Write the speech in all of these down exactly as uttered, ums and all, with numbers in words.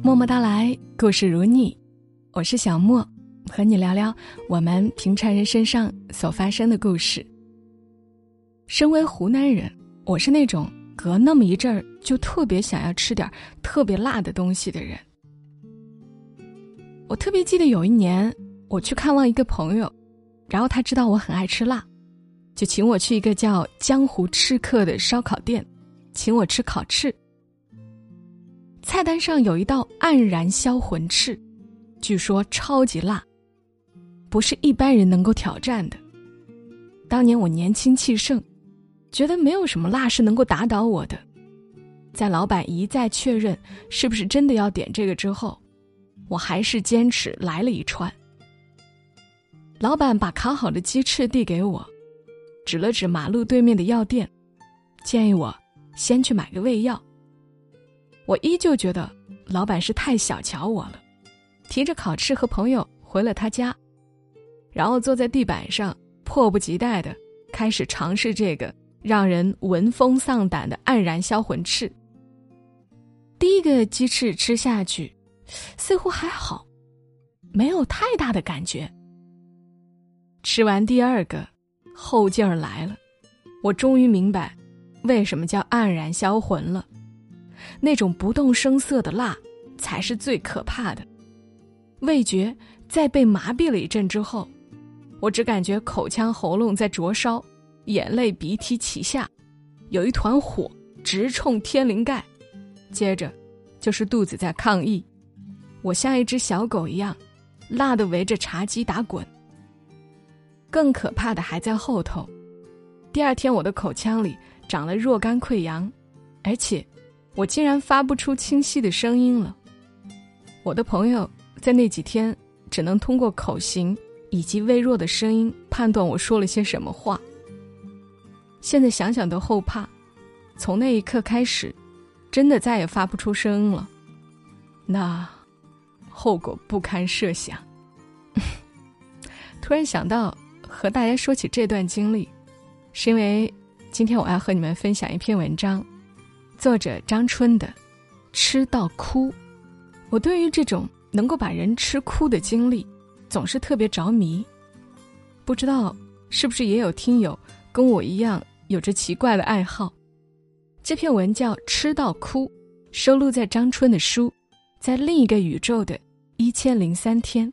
默默到来，故事如你，我是小莫，和你聊聊我们平常人身上所发生的故事。身为湖南人，我是那种隔那么一阵儿就特别想要吃点特别辣的东西的人。我特别记得有一年我去看望一个朋友，然后他知道我很爱吃辣，就请我去一个叫江湖吃客的烧烤店，请我吃烤翅。菜单上有一道黯然销魂翅，据说超级辣，不是一般人能够挑战的。当年我年轻气盛，觉得没有什么辣是能够打倒我的。在老板一再确认是不是真的要点这个之后，我还是坚持来了一串。老板把烤好的鸡翅递给我，指了指马路对面的药店，建议我先去买个胃药。我依旧觉得老板是太小瞧我了，提着烤翅和朋友回了他家，然后坐在地板上，迫不及待地开始尝试这个让人闻风丧胆的黯然销魂翅。第一个鸡翅吃下去，似乎还好，没有太大的感觉。吃完第二个，后劲儿来了，我终于明白为什么叫黯然销魂了。那种不动声色的辣才是最可怕的。味觉在被麻痹了一阵之后，我只感觉口腔喉咙在灼烧，眼泪鼻涕齐下，有一团火直冲天灵盖，接着就是肚子在抗议。我像一只小狗一样，辣地围着茶几打滚。更可怕的还在后头，第二天我的口腔里长了若干溃疡，而且我竟然发不出清晰的声音了。我的朋友在那几天只能通过口型以及微弱的声音判断我说了些什么话。现在想想都后怕，从那一刻开始，真的再也发不出声音了，那后果不堪设想。突然想到和大家说起这段经历，是因为今天我要和你们分享一篇文章，作者张春的《吃到哭》。我对于这种能够把人吃哭的经历总是特别着迷，不知道是不是也有听友跟我一样有着奇怪的爱好。这篇文叫《吃到哭》，收录在张春的书《在另一个宇宙的一千零三天》。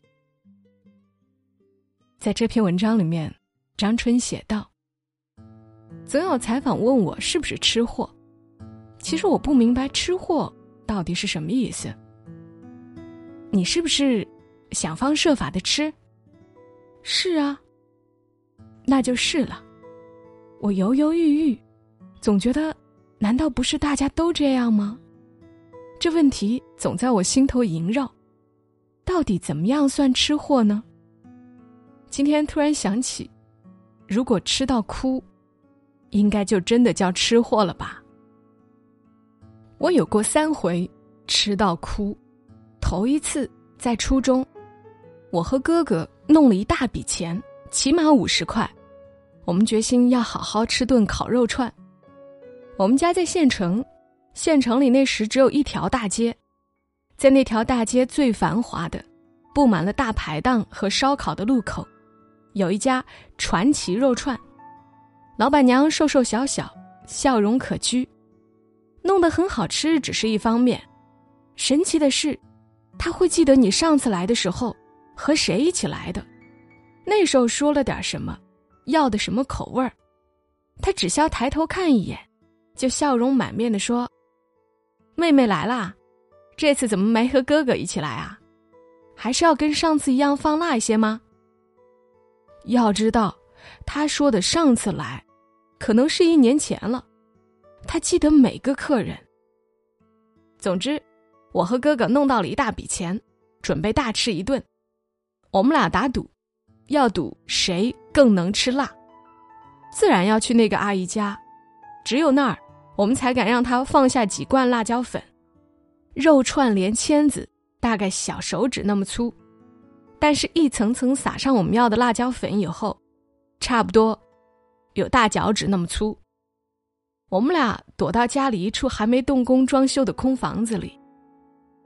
在这篇文章里面，张春写道，总有采访问我是不是吃货，其实我不明白吃货到底是什么意思。你是不是想方设法的吃？是啊，那就是了。我犹犹豫豫，总觉得难道不是大家都这样吗？这问题总在我心头萦绕，到底怎么样算吃货呢？今天突然想起，如果吃到哭，应该就真的叫吃货了吧。我有过三回吃到哭。头一次在初中，我和哥哥弄了一大笔钱，起码五十块，我们决心要好好吃顿烤肉串。我们家在县城，县城里那时只有一条大街，在那条大街最繁华的，布满了大排档和烧烤的路口，有一家传奇肉串，老板娘瘦瘦小小，笑容可掬，弄得很好吃只是一方面，神奇的是她会记得你上次来的时候和谁一起来的，那时候说了点什么，要的什么口味儿。她只需要抬头看一眼，就笑容满面地说，妹妹来啦，这次怎么没和哥哥一起来啊？还是要跟上次一样放辣一些吗？要知道她说的上次来可能是一年前了，她记得每个客人。总之我和哥哥弄到了一大笔钱，准备大吃一顿。我们俩打赌，要赌谁更能吃辣，自然要去那个阿姨家，只有那儿我们才敢让她放下几罐辣椒粉。肉串连签子大概小手指那么粗，但是一层层撒上我们要的辣椒粉以后，差不多有大脚趾那么粗。我们俩躲到家里一处还没动工装修的空房子里，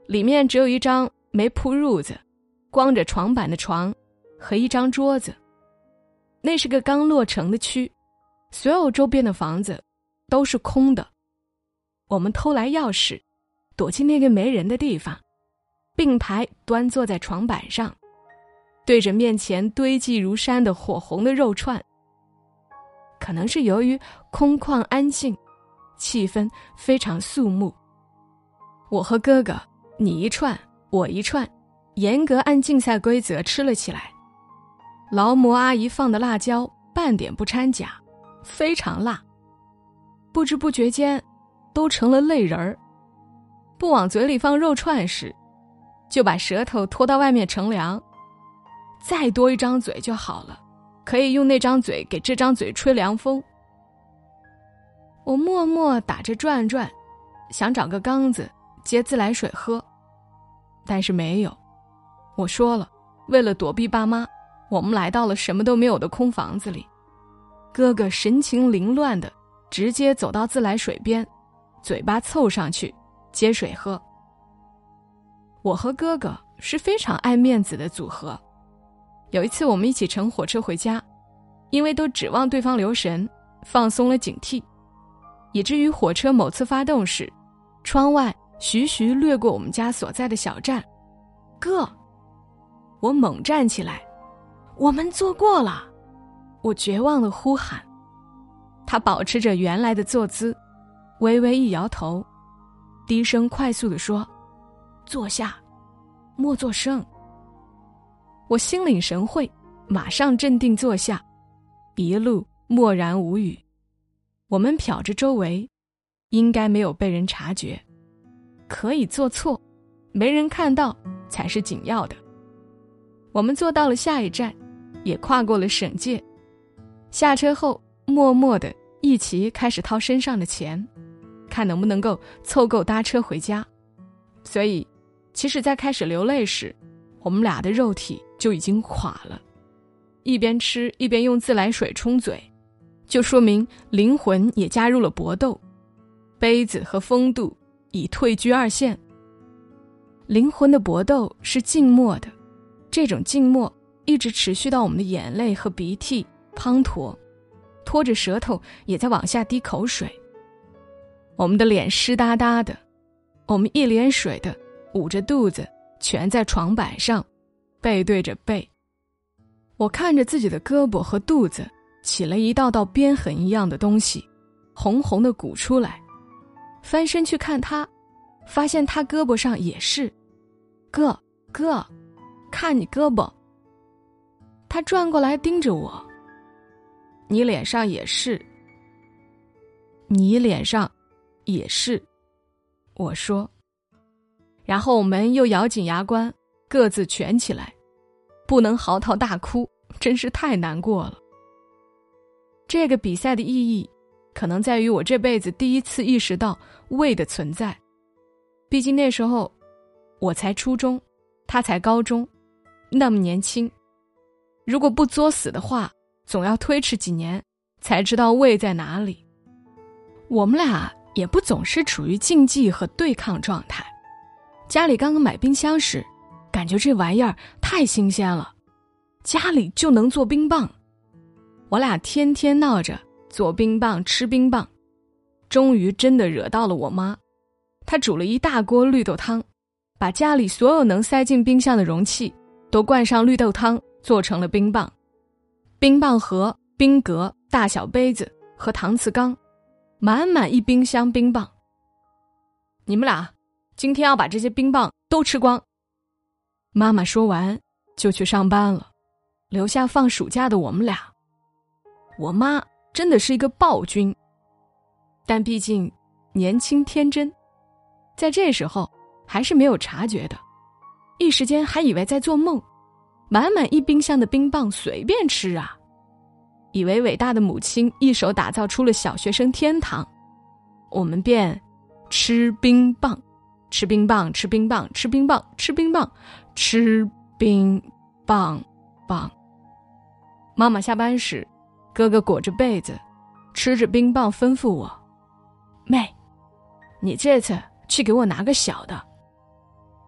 里面只有一张没铺褥子、光着床板的床和一张桌子。那是个刚落成的区，所有周边的房子都是空的。我们偷来钥匙，躲进那个没人的地方，并排端坐在床板上，对着面前堆积如山的火红的肉串。可能是由于空旷安静，气氛非常肃穆。我和哥哥你一串我一串，严格按竞赛规则吃了起来。劳模阿姨放的辣椒半点不掺假，非常辣，不知不觉间都成了泪人儿。不往嘴里放肉串时，就把舌头拖到外面乘凉，再多一张嘴就好了，可以用那张嘴给这张嘴吹凉风。我默默打着转转，想找个缸子接自来水喝，但是没有。我说了，为了躲避爸妈，我们来到了什么都没有的空房子里。哥哥神情凌乱的直接走到自来水边，嘴巴凑上去接水喝。我和哥哥是非常爱面子的组合。有一次我们一起乘火车回家，因为都指望对方留神，放松了警惕，以至于火车某次发动时，窗外徐徐掠过我们家所在的小站。哥，我猛站起来，我们坐过了！我绝望地呼喊。他保持着原来的坐姿，微微一摇头，低声快速地说：坐下，莫作声。我心领神会，马上镇定坐下，一路默然无语。我们瞟着周围，应该没有被人察觉，可以做错，没人看到才是紧要的。我们坐到了下一站，也跨过了省界。下车后，默默地一起开始掏身上的钱，看能不能够凑够搭车回家。所以，其实在开始流泪时，我们俩的肉体就已经垮了。一边吃一边用自来水冲嘴，就说明灵魂也加入了搏斗，杯子和风度已退居二线。灵魂的搏斗是静默的，这种静默一直持续到我们的眼泪和鼻涕滂沱，拖着舌头也在往下滴口水。我们的脸湿哒哒的，我们一脸水的捂着肚子，蜷在床板上，背对着背。我看着自己的胳膊和肚子起了一道道鞭痕一样的东西，红红的鼓出来。翻身去看他，发现他胳膊上也是。哥哥，看你胳膊。他转过来盯着我。你脸上也是。你脸上也是，我说。然后我们又咬紧牙关，各自蜷起来，不能嚎啕大哭，真是太难过了。这个比赛的意义，可能在于我这辈子第一次意识到胃的存在。毕竟那时候我才初中，他才高中，那么年轻。如果不作死的话，总要推迟几年才知道胃在哪里。我们俩也不总是处于竞技和对抗状态。家里刚刚买冰箱时，感觉这玩意儿太新鲜了，家里就能做冰棒。我俩天天闹着做冰棒吃冰棒，终于真的惹到了我妈。她煮了一大锅绿豆汤，把家里所有能塞进冰箱的容器都灌上绿豆汤，做成了冰棒。冰棒盒、冰格、大小杯子和搪瓷缸，满满一冰箱冰棒。你们俩今天要把这些冰棒都吃光。妈妈说完就去上班了，留下放暑假的我们俩。我妈真的是一个暴君，但毕竟年轻天真，在这时候还是没有察觉的，一时间还以为在做梦，满满一冰箱的冰棒随便吃啊，以为伟大的母亲一手打造出了小学生天堂。我们便吃冰棒，吃冰棒，吃冰棒，吃冰棒，吃冰棒，吃冰棒棒。妈妈下班时，哥哥裹着被子，吃着冰棒，吩咐我：妹，你这次去给我拿个小的。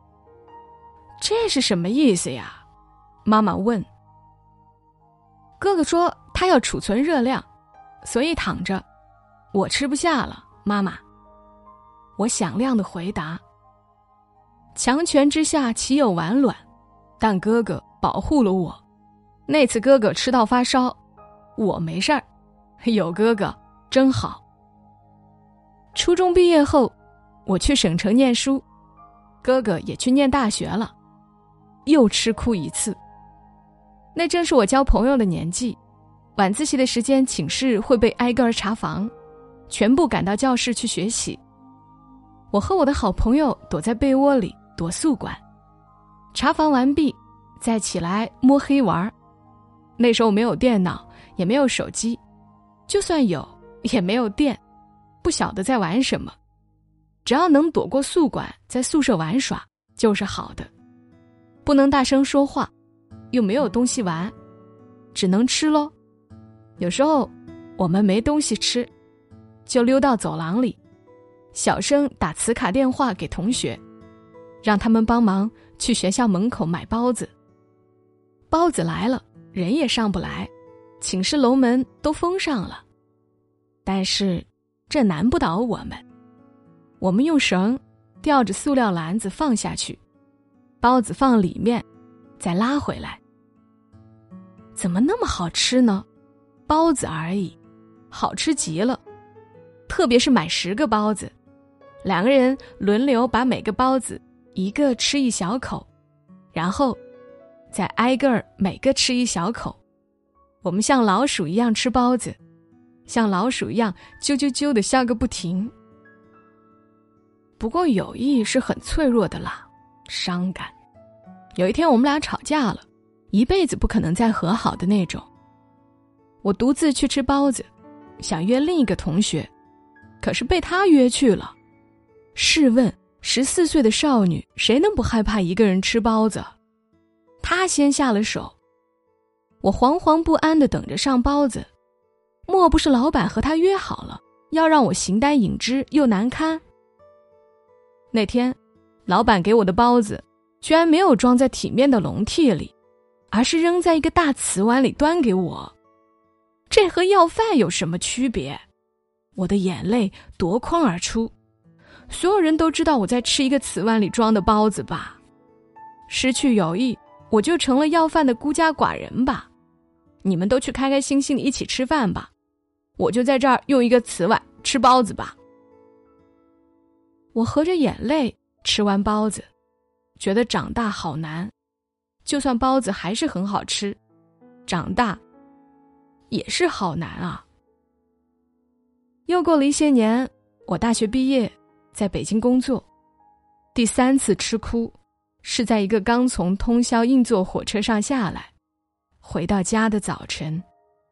这是什么意思呀？妈妈问。哥哥说他要储存热量，所以躺着。我吃不下了，妈妈。我响亮地回答。强权之下岂有完卵，但哥哥保护了我。那次哥哥吃到发烧，我没事儿，有哥哥真好。初中毕业后，我去省城念书，哥哥也去念大学了，又吃哭一次。那正是我交朋友的年纪，晚自习的时间寝室会被挨个儿查房，全部赶到教室去学习。我和我的好朋友躲在被窝里躲宿管，查房完毕再起来摸黑玩。那时候没有电脑，也没有手机，就算有也没有电，不晓得在玩什么。只要能躲过宿管，在宿舍玩耍就是好的。不能大声说话，又没有东西玩，只能吃咯。有时候我们没东西吃，就溜到走廊里，小声打磁卡电话给同学，让他们帮忙去学校门口买包子。包子来了，人也上不来，寝室楼门都封上了。但是这难不倒我们，我们用绳吊着塑料篮子放下去，包子放里面，再拉回来。怎么那么好吃呢？包子而已，好吃极了。特别是买十个包子，两个人轮流把每个包子一个吃一小口，然后再挨个儿每个吃一小口。我们像老鼠一样吃包子，像老鼠一样啾啾啾地笑个不停。不过友谊是很脆弱的啦，伤感。有一天我们俩吵架了，一辈子不可能再和好的那种。我独自去吃包子，想约另一个同学，可是被他约去了。试问十四岁的少女，谁能不害怕一个人吃包子？他先下了手，我惶惶不安地等着上包子。莫不是老板和他约好了，要让我形单影只又难堪？那天老板给我的包子居然没有装在体面的笼屉里，而是扔在一个大瓷碗里端给我。这和要饭有什么区别？我的眼泪夺眶而出。所有人都知道我在吃一个瓷碗里装的包子吧？失去友谊，我就成了要饭的孤家寡人吧？你们都去开开心心的一起吃饭吧，我就在这儿用一个瓷碗吃包子吧。我合着眼泪吃完包子，觉得长大好难。就算包子还是很好吃，长大也是好难啊。又过了一些年，我大学毕业，在北京工作。第三次吃哭是在一个刚从通宵硬座火车上下来，回到家的早晨。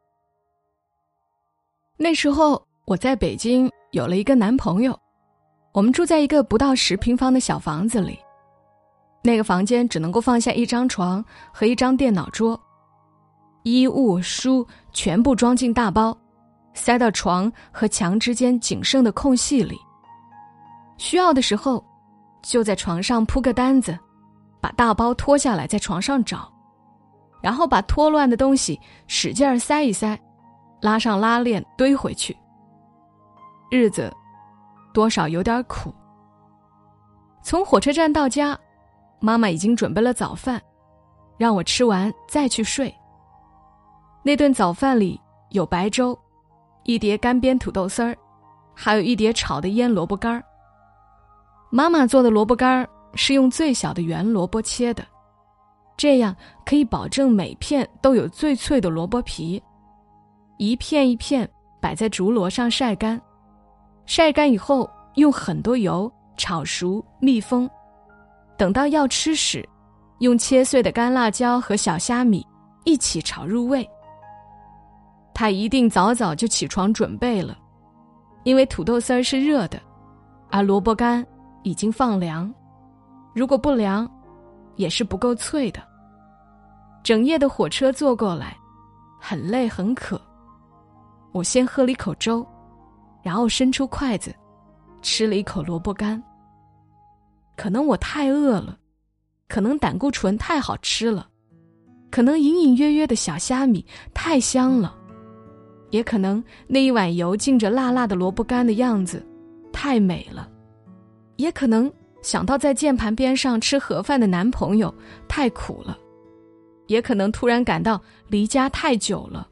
那时候我在北京有了一个男朋友，我们住在一个不到十平方的小房子里。那个房间只能够放下一张床和一张电脑桌，衣物书全部装进大包，塞到床和墙之间仅剩的空隙里。需要的时候就在床上铺个单子，把大包脱下来在床上找，然后把脱乱的东西使劲儿塞一塞，拉上拉链堆回去。日子多少有点苦。从火车站到家，妈妈已经准备了早饭，让我吃完再去睡。那顿早饭里有白粥，一碟干煸土豆丝儿，还有一碟炒的腌萝卜干儿。妈妈做的萝卜干儿是用最小的圆萝卜切的，这样可以保证每片都有最脆的萝卜皮。一片一片摆在竹箩上晒干，晒干以后用很多油炒熟密封，等到要吃时，用切碎的干辣椒和小虾米一起炒入味。她一定早早就起床准备了，因为土豆丝儿是热的，而萝卜干已经放凉，如果不凉也是不够脆的。整夜的火车坐过来，很累很渴，我先喝了一口粥，然后伸出筷子吃了一口萝卜干。可能我太饿了， 可能胆固醇太好吃了，可能隐隐约约的小虾米太香了，也可能那一碗油浸着辣辣的萝卜干的样子太美了，也可能想到在键盘边上吃盒饭的男朋友太苦了，也可能突然感到离家太久了。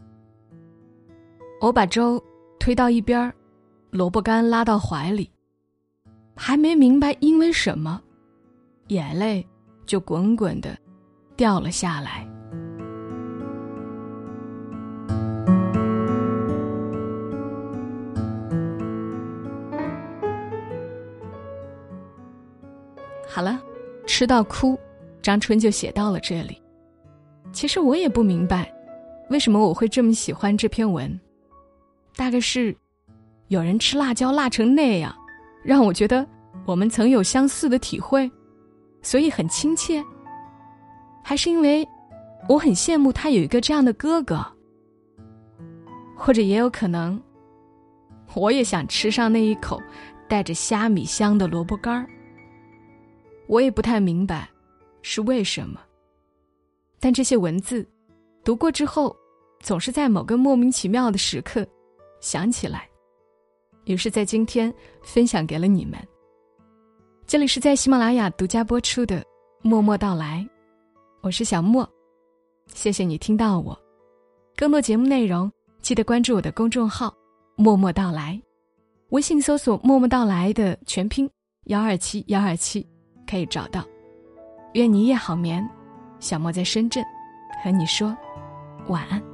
我把粥推到一边，萝卜干拉到怀里，还没明白因为什么，眼泪就滚滚地掉了下来。好了，吃到哭，张春就写到了这里。其实我也不明白，为什么我会这么喜欢这篇文。大概是有人吃辣椒辣成那样，让我觉得我们曾有相似的体会，所以很亲切。还是因为我很羡慕他有一个这样的哥哥，或者也有可能我也想吃上那一口带着虾米香的萝卜干儿。我也不太明白是为什么，但这些文字读过之后，总是在某个莫名其妙的时刻想起来，于是在今天分享给了你们。这里是在喜马拉雅独家播出的默默到来，我是小莫，谢谢你听到我。更多节目内容记得关注我的公众号默默到来，微信搜索默默到来的全拼一二七一二七可以找到。愿你夜好眠，小莫在深圳和你说晚安。